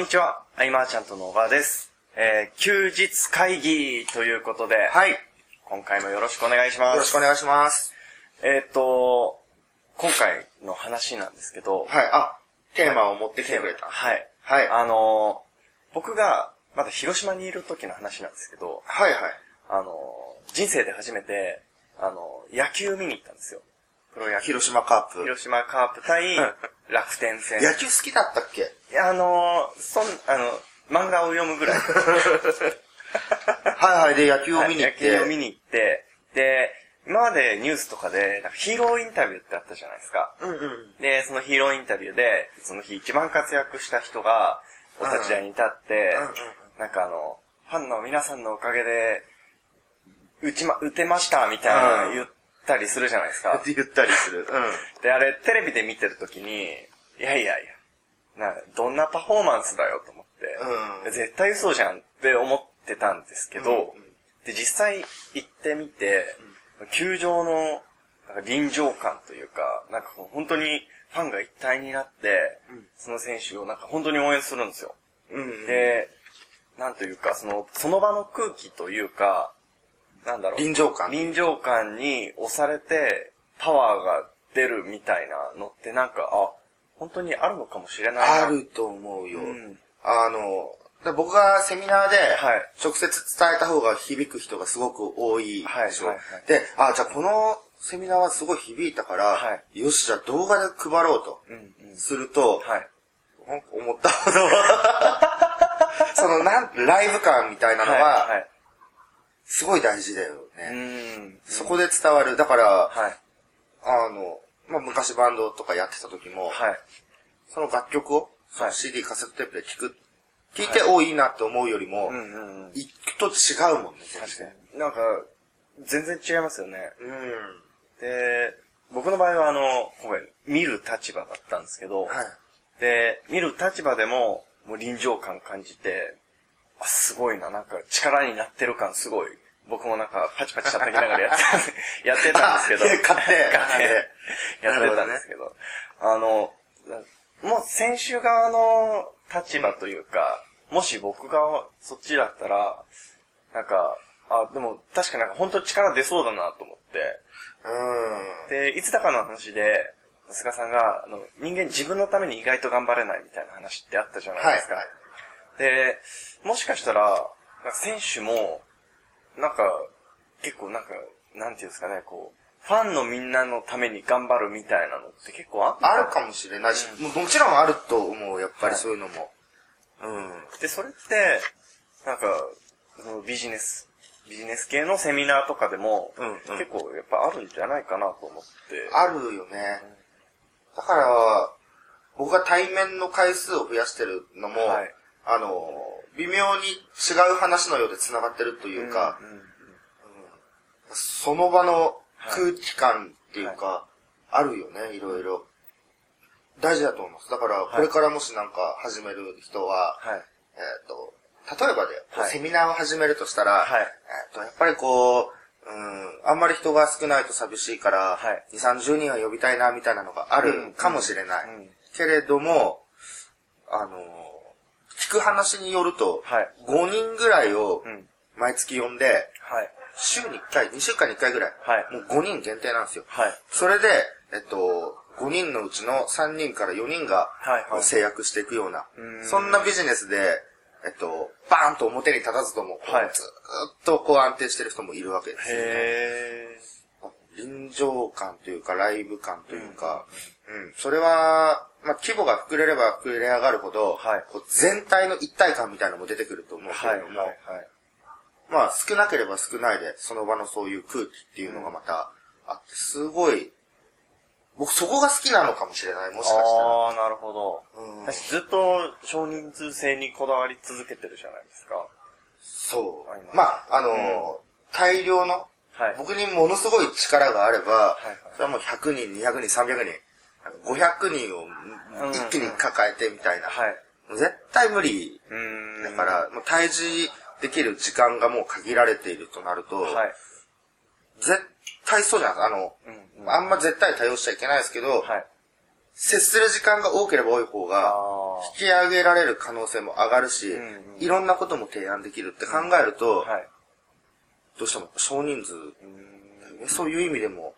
にちは、アイマーちゃんとの小川です。休日会議ということで、 はい。 今回もよろしくお願いします。 よろしくお願いします。 今回の話なんですけど、 はい。テーマを持ってきてくれた。 はい。 はい。 僕がまだ広島にいる時の話なんですけど、 はいはい。 人生で初めて、野球見に行ったんですよ。プロ野球。 広島カープ。 広島カープ対楽天戦。 野球好きだったっけ？ いや、漫画を読むぐらい。 はいはい。で、野球を見に行って。 野球を見に行って、で、今までニュースとかで、なんかヒーローインタビューってあったじゃないですか。で、そのヒーローインタビューで、その日一番活躍した人が、お立ち会いに立って、なんかファンの皆さんのおかげで、打てましたみたいな言ったりするじゃないですか。 言ったりする。 で、あれ、テレビで見てるときに、いや、どんなパフォーマンスだよと思って、絶対嘘じゃんって思ってたんですけど、で、実際行ってみて、球場のなんか臨場感というか、なんか本当にファンが一体になって、その選手をなんか本当に応援するんですよ。で、なんというか、その場の空気というか、なんだろう。臨場感に押されて、パワーが出るみたいなのってなんか、本当にあるのかもしれないな。 あると思うよ。僕がセミナーで、直接伝えた方が響く人がすごく多いでしょ。で、じゃあこのセミナーはすごい響いたから、よし、じゃあ動画で配ろうと。すると、思ったほど、ライブ感みたいなのが、すごい大事だよね。そこで伝わる。だから、昔バンドとかやってた時も、その楽曲を、CD カセットテープで聞いて、いいなって思うよりも、行くと違うもんね。 確かに。なんか、全然違いますよね。で、僕の場合は見る立場だったんですけど、で、見る立場でも、もう臨場感感じて、すごいな、なんか力になってる感すごい。僕もなんかパチパチ叩きながらやってたんですけど。 買ってやってたんですけど。もう選手側の立場というか、もし僕がそっちだったら、なんか、でも確かなんか本当に力出そうだなと思って。で、いつだかの話で、菅さんが、人間自分のために意外と頑張れないみたいな話ってあったじゃないですか。で、もしかしたら、選手も、なんか、結構なんか、なんていうんですかね、こう、ファンのみんなのために頑張るみたいなのって結構あるかもしれないし、もちろんあると思う、やっぱりそういうのも。 で、それって、なんか、ビジネス系のセミナーとかでも、結構やっぱあるんじゃないかなと思って。 あるよね。だから、僕が対面の回数を増やしてるのも、微妙に違う話のようで繋がってるというか、その場の空気感っていうか、あるよね、いろいろ。大事だと思います。だから、これからもしなんか始める人は、例えばで、セミナーを始めるとしたら、やっぱりあんまり人が少ないと寂しいから、2、30人は呼びたいな、みたいなのがあるかもしれない。けれども、聞く話によると、5人ぐらいを毎月呼んで、週に1回、2週間に1回ぐらい、もう5人限定なんですよ。それで、5人のうちの3人から4人が制約していくような、そんなビジネスで、バーンと表に立たずとも、ずっと安定してる人もいるわけですよね。臨場感というか、ライブ感というか、それは、規模が膨れれば膨れ上がるほど、全体の一体感みたいなのも出てくると思うけれども、少なければ少ないで、その場のそういう空気っていうのがまたあって、すごい、僕そこが好きなのかもしれない、もしかしたら。 なるほど。私ずっと少人数制にこだわり続けてるじゃないですか。 そう。大量の、僕にものすごい力があれば、それはもう100人、200人、300人、500人を一気に抱えてみたいな。絶対無理。だから、もう対峙できる時間がもう限られているとなると、絶対そうじゃないですか。あんま絶対対応しちゃいけないですけど、 接する時間が多ければ多い方が、引き上げられる可能性も上がるし、いろんなことも提案できるって考えると、どうしても少人数、そういう意味でも、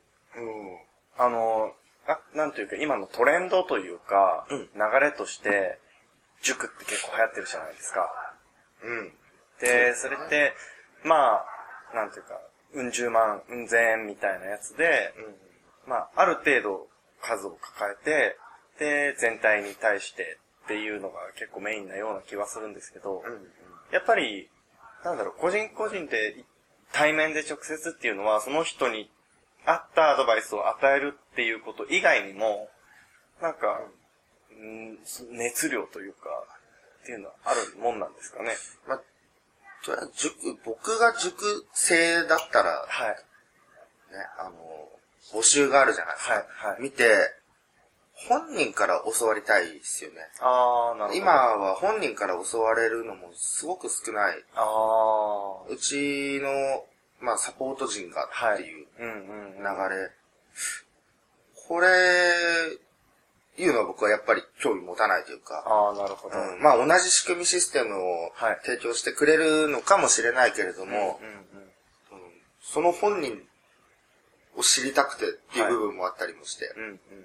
なんというか今のトレンドというか、流れとして、塾って結構流行ってるじゃないですか。で、それって、まあ、なんていうか、うん十万、うん千みたいなやつで、まあ、ある程度数を抱えて、で、全体に対してっていうのが結構メインなような気はするんですけど、やっぱり、なんだろう、個人個人で対面で直接っていうのは、その人に合ったアドバイスを与えるっていうこと以外にも、なんか、熱量というか、っていうのはあるもんなんですかね。 まあ、それは僕が塾生だったら、ね、募集があるじゃないですか。見て、本人から教わりたいですよね。 なるほど。 今は本人から教われるのもすごく少ない。うちの、まあ、サポート陣がっていう流れ。これ、いうのは僕はやっぱり興味持たないというか。 なるほど。 まあ、同じ仕組みシステムを提供してくれるのかもしれないけれども、その本人を知りたくてっていう部分もあったりもして。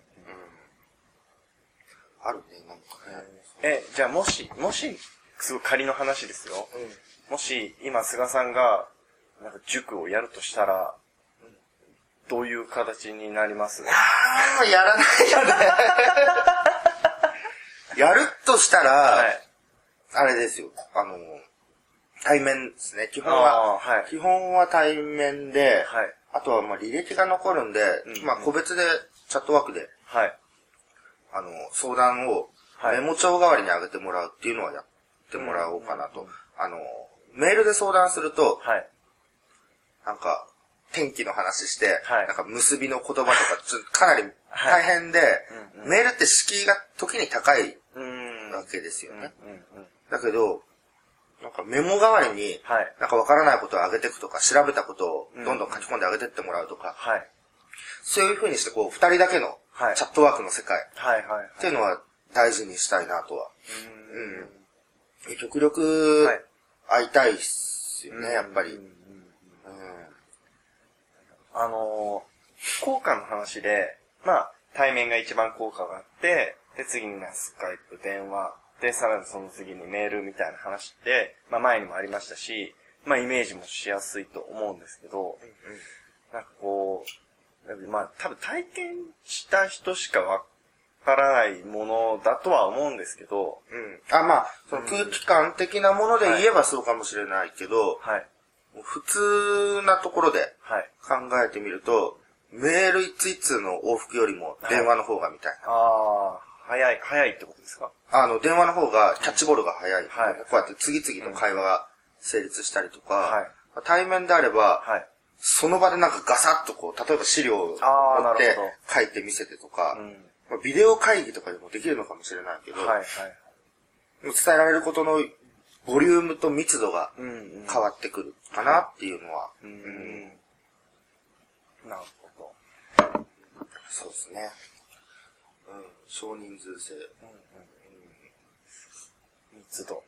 あるね、なんかね。じゃあもし、すごい仮の話ですよ。もし、今、菅さんが、なんか塾をやるとしたら、どういう形になります？ やらないよね。やるとしたら、あれですよ。対面ですね。基本は対面で、あとはまあ履歴が残るんで、まあ個別でチャットワークで、相談をメモ帳代わりに上げてもらうっていうのはやってもらおうかなと。メールで相談すると、なんか、天気の話して、なんか結びの言葉とか、かなり大変で、メールって敷居が時に高いわけですよね。だけど、なんかメモ代わりに、なんかわからないことを上げていくとか、調べたことをどんどん書き込んで上げていってもらうとか、そういう風にしてこう、二人だけのチャットワークの世界っていうのは大事にしたいなとは。極力会いたいっすよね、やっぱり。 効果の話で、まあ、対面が一番効果があって、で、次にスカイプ、電話、で、さらにその次にメールみたいな話って、まあ前にもありましたし、まあイメージもしやすいと思うんですけど、なんかこう、まあ多分体験した人しかわからないものだとは思うんですけど、 まあ、その空気感的なもので言えばそうかもしれないけど、普通なところで考えてみると、メール一通一通の往復よりも電話の方がみたいな。 早いってことですか？ 電話の方がキャッチボールが早い。こうやって次々と会話が成立したりとか、対面であれば、その場でなんかガサッとこう、例えば資料を持って書いて見せてとか、ビデオ会議とかでもできるのかもしれないけど、伝えられることのボリュームと密度が変わってくるかなっていうのは。 なるほど。 そうですね。少人数制。 密度。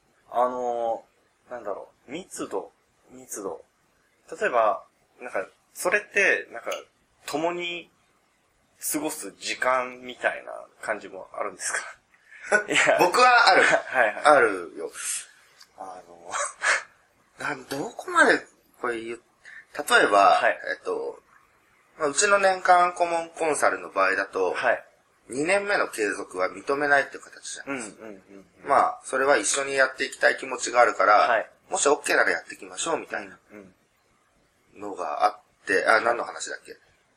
なんだろう。密度。例えば、なんか、それって、なんか、共に過ごす時間みたいな感じもあるんですか？ いや僕はある。あるよ。どこまでこれ例えば、うちの年間顧問コンサルの場合だと、2年目の継続は認めないっていう形じゃないですか。まあ、それは一緒にやっていきたい気持ちがあるから、もし OK ならやっていきましょうみたいなのがあって、何の話だっけ？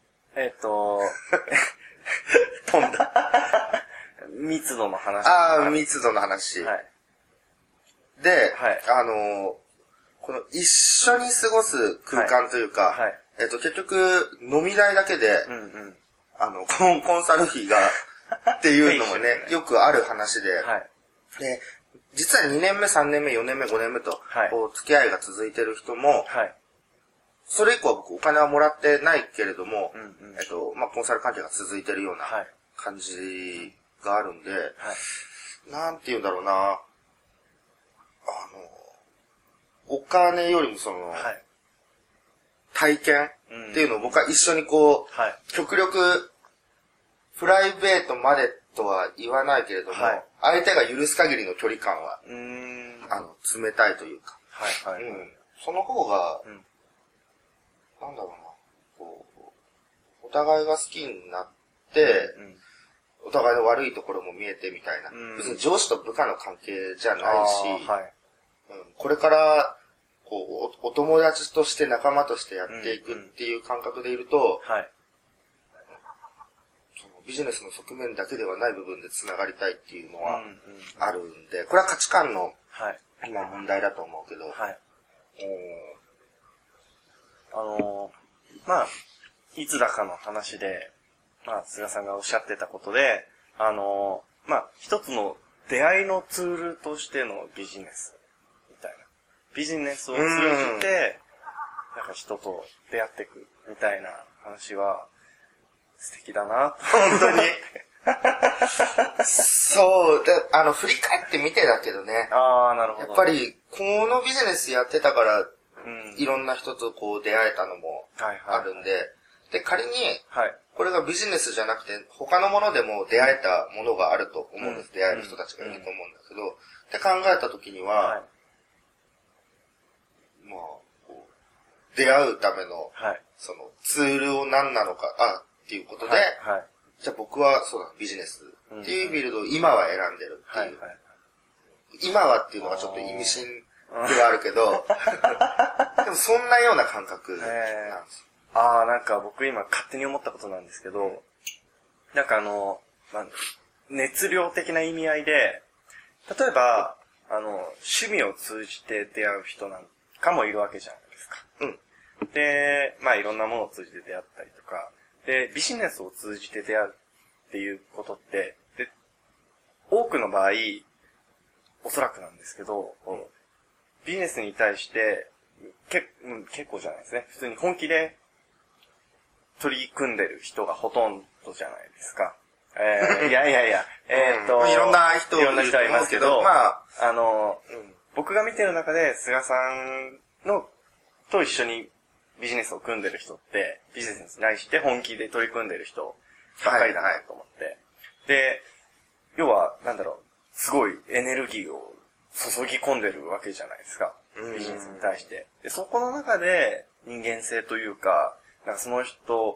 飛んだ。 密度の話。 密度の話。で、この一緒に過ごす空間というか、結局、飲み代だけで、コンサル費が、っていうのもね、よくある話で、で、実は2年目、3年目、4年目、5年目と、こう、付き合いが続いてる人も、それ以降は僕お金はもらってないけれども、まあ、コンサル関係が続いてるような感じがあるんで、なんて言うんだろうな、お金よりも体験っていうのを僕は一緒に極力、プライベートまでとは言わないけれども、相手が許す限りの距離感は、冷たいというか、その方が、なんだろうな、お互いが好きになって、お互いの悪いところも見えてみたいな、別に上司と部下の関係じゃないし、これから、お友達として仲間としてやっていくっていう感覚でいると、ビジネスの側面だけではない部分で繋がりたいっていうのはあるんで、これは価値観の今問題だと思うけど、 まあ、いつだかの話で、まあ、菅さんがおっしゃってたことで、まあ、一つの出会いのツールとしてのビジネスみたいな。ビジネスを通じて、なんか人と出会っていくみたいな話は、素敵だな、本当に。 そう、振り返ってみてだけどね。 なるほど。 やっぱり、このビジネスやってたから、いろんな人と出会えたのもあるんで、で、仮に、これがビジネスじゃなくて、他のものでも出会えたものがあると思うんです。出会える人たちがいると思うんだけど、って考えたときには、まあ、出会うための、そのツールを何なのか、っていうことで、じゃあ僕はそうだ、ビジネスっていうフィールドを今は選んでるっていう。今はっていうのがちょっと意味深ではあるけど、でもそんなような感覚なんですよ。 なんか僕今勝手に思ったことなんですけど、なんか熱量的な意味合いで、例えば、趣味を通じて出会う人なんかもいるわけじゃないですか。で、まあいろんなものを通じて出会ったりとか、で、ビジネスを通じて出会うっていうことって、で、多くの場合、おそらくなんですけど、ビジネスに対して、結構じゃないですね。普通に本気で取り組んでる人がほとんどじゃないですか。いや、 いろんな人はいますけど、僕が見てる中で、菅さんと一緒にビジネスを組んでる人って、ビジネスに対して本気で取り組んでる人ばっかりだなと思って。で、要は、すごいエネルギーを注ぎ込んでるわけじゃないですか。ビジネスに対して。で、そこの中で人間性というか、その人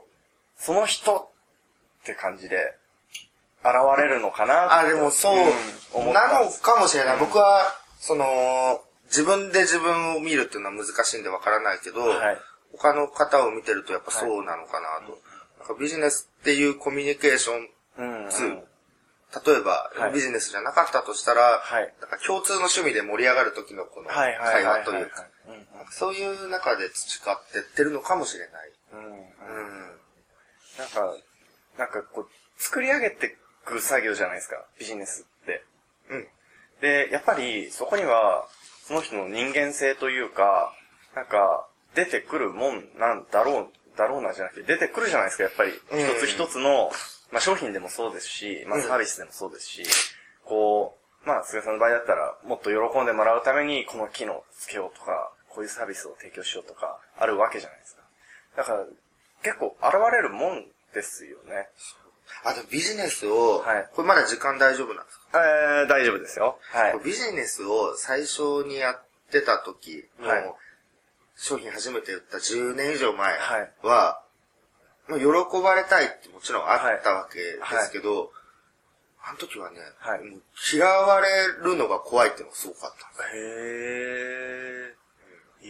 って感じで現れるのかなって。 でもそう、なのかもしれない。僕は、自分で自分を見るっていうのは難しいんでわからないけど、他の方を見てるとやっぱそうなのかなと。なんかビジネスっていうコミュニケーションツール。例えば、ビジネスじゃなかったとしたら、なんか共通の趣味で盛り上がる時のこの会話というか、そういう中で培ってってるのかもしれない。 なんか作り上げていく作業じゃないですか、ビジネスって。で、やっぱりそこには、その人の人間性というか、出てくるもんなんだろうなじゃなくて、出てくるじゃないですか、やっぱり。一つ一つの、まあ商品でもそうですし、まあサービスでもそうですし、まあ菅さんの場合だったら、もっと喜んでもらうためにこの機能をつけようとか、こういうサービスを提供しようとか、あるわけじゃないですか。だから、結構現れるもんですよね。 でもビジネスを、これまだ時間大丈夫なんですか？ 大丈夫ですよ。 ビジネスを最初にやってた時、商品初めて売った10年以上前は、まあ、喜ばれたいってもちろんあったわけですけど、あの時はね、嫌われるのが怖いっていうのがすごかったんです。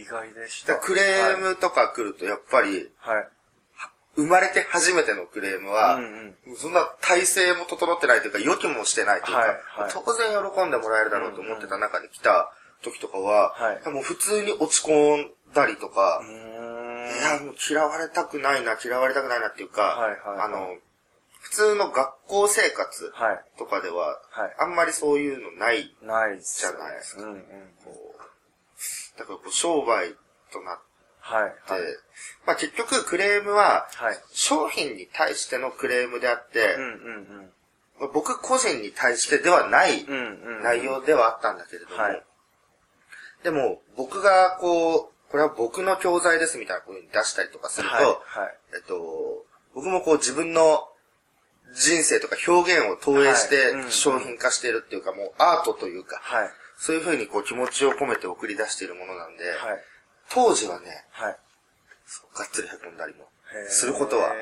意外でした。 クレームとか来るとやっぱり、生まれて初めてのクレームは、そんな体制も整ってないというか、予期もしてないというか、当然喜んでもらえるだろうと思ってた中で来た時とかは、もう普通に落ち込んだりとか、もう嫌われたくないなっていうか、普通の学校生活とかでは、あんまりそういうのないじゃないですか。だから商売となっはい。まあ結局クレームは、商品に対してのクレームであって、僕個人に対してではない内容ではあったんだけれども、でも僕がこれは僕の教材ですみたいなことに出したりとかすると、僕も自分の人生とか表現を投影して商品化しているっていうか、もうアートというか、そういうふうに気持ちを込めて送り出しているものなんで、当時はね、がっつり凹んだりもすることはあって。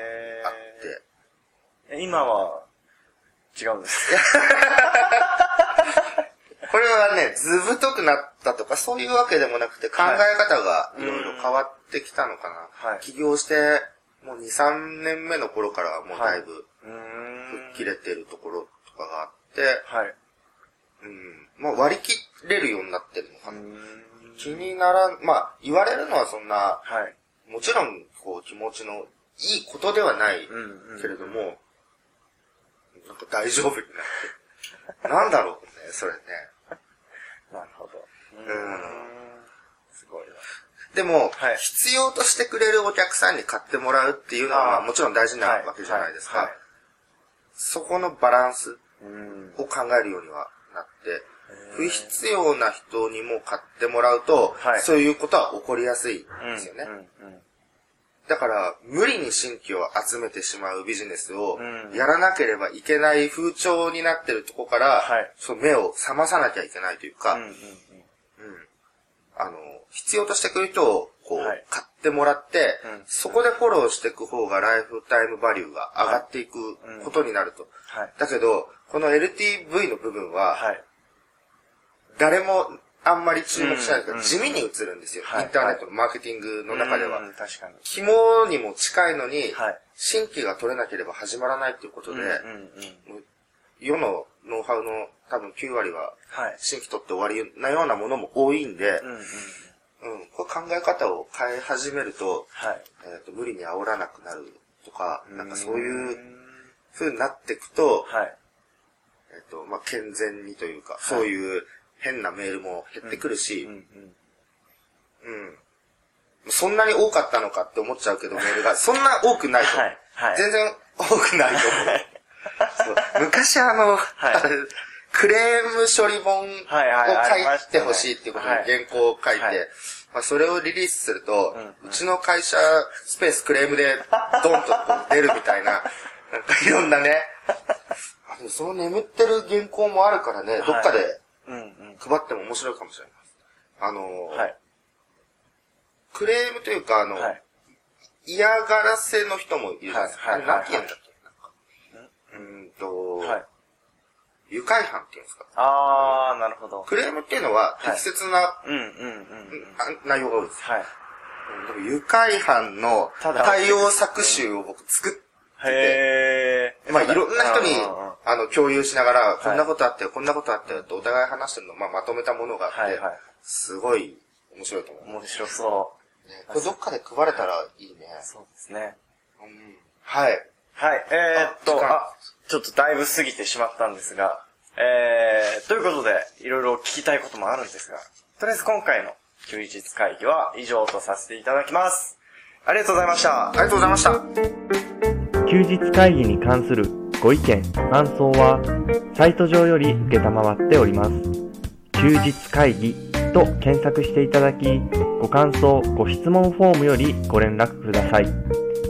今は違うんです。 これはね、ずぶとくなったとかそういうわけでもなくて、考え方がいろいろ変わってきたのかな。起業して、もう2、3年目の頃からはもうだいぶ、吹っ切れてるところとかがあって、まあ割り切れるようになってるのかな。気にならん、まあ言われるのはそんな、もちろん気持ちのいいことではないけれども、なんか大丈夫になって。なんだろうね、それね。 なるほど。すごいな。 でも、必要としてくれるお客さんに買ってもらうっていうのはもちろん大事なわけじゃないですか。そこのバランスを考えるようにはなって、不必要な人にも買ってもらうと、そういうことは起こりやすいんですよね。だから、無理に新規を集めてしまうビジネスをやらなければいけない風潮になってるところから、その目を覚まさなきゃいけないというか、必要としてくる人を買ってもらって、そこでフォローしていく方がライフタイムバリューが上がっていくことになると。だけど、この LTV の部分は、誰もあんまり注目しないですけど、地味に映るんですよ。インターネットのマーケティングの中では。肝にも近いのに、新規が取れなければ始まらないということで、世のノウハウの多分9割は、新規取って終わりなようなものも多いんで、これ考え方を変え始めると、無理に煽らなくなるとか、なんかそういう風になっていくと、まあ、健全にというか、そういう変なメールも減ってくるし、そんなに多かったのかって思っちゃうけど、メールが。そんな多くないと。全然多くないと思う。昔クレーム処理本を書いてほしいっていうことに原稿を書いて、まあそれをリリースすると、うちの会社スペースクレームでドンと出るみたいな、なんかいろんなね、その眠ってる原稿もあるからね、どっかで配っても面白いかもしれない。クレームというか、嫌がらせの人もいるじゃないですか。何て言うんだっけ、愉快犯っていうんですか。 なるほど。 クレームっていうのは適切な内容が多いです。でも愉快犯の対応作集を僕作ってて、まあいろんな人に共有しながら、こんなことあったよ、こんなことあったよってお互い話してるのをまとめたものがあって、すごい面白いと思う。 面白そう。 これどっかで配れたらいいね。 そうですね。 はい。 ちょっとだいぶ過ぎてしまったんですが、ということで、いろいろ聞きたいこともあるんですが、とりあえず今回の休日会議は以上とさせていただきます。ありがとうございました。 ありがとうございました。 休日会議に関するご意見、感想は、サイト上より受けたまわっております。休日会議と検索していただき、ご感想、ご質問フォームよりご連絡ください。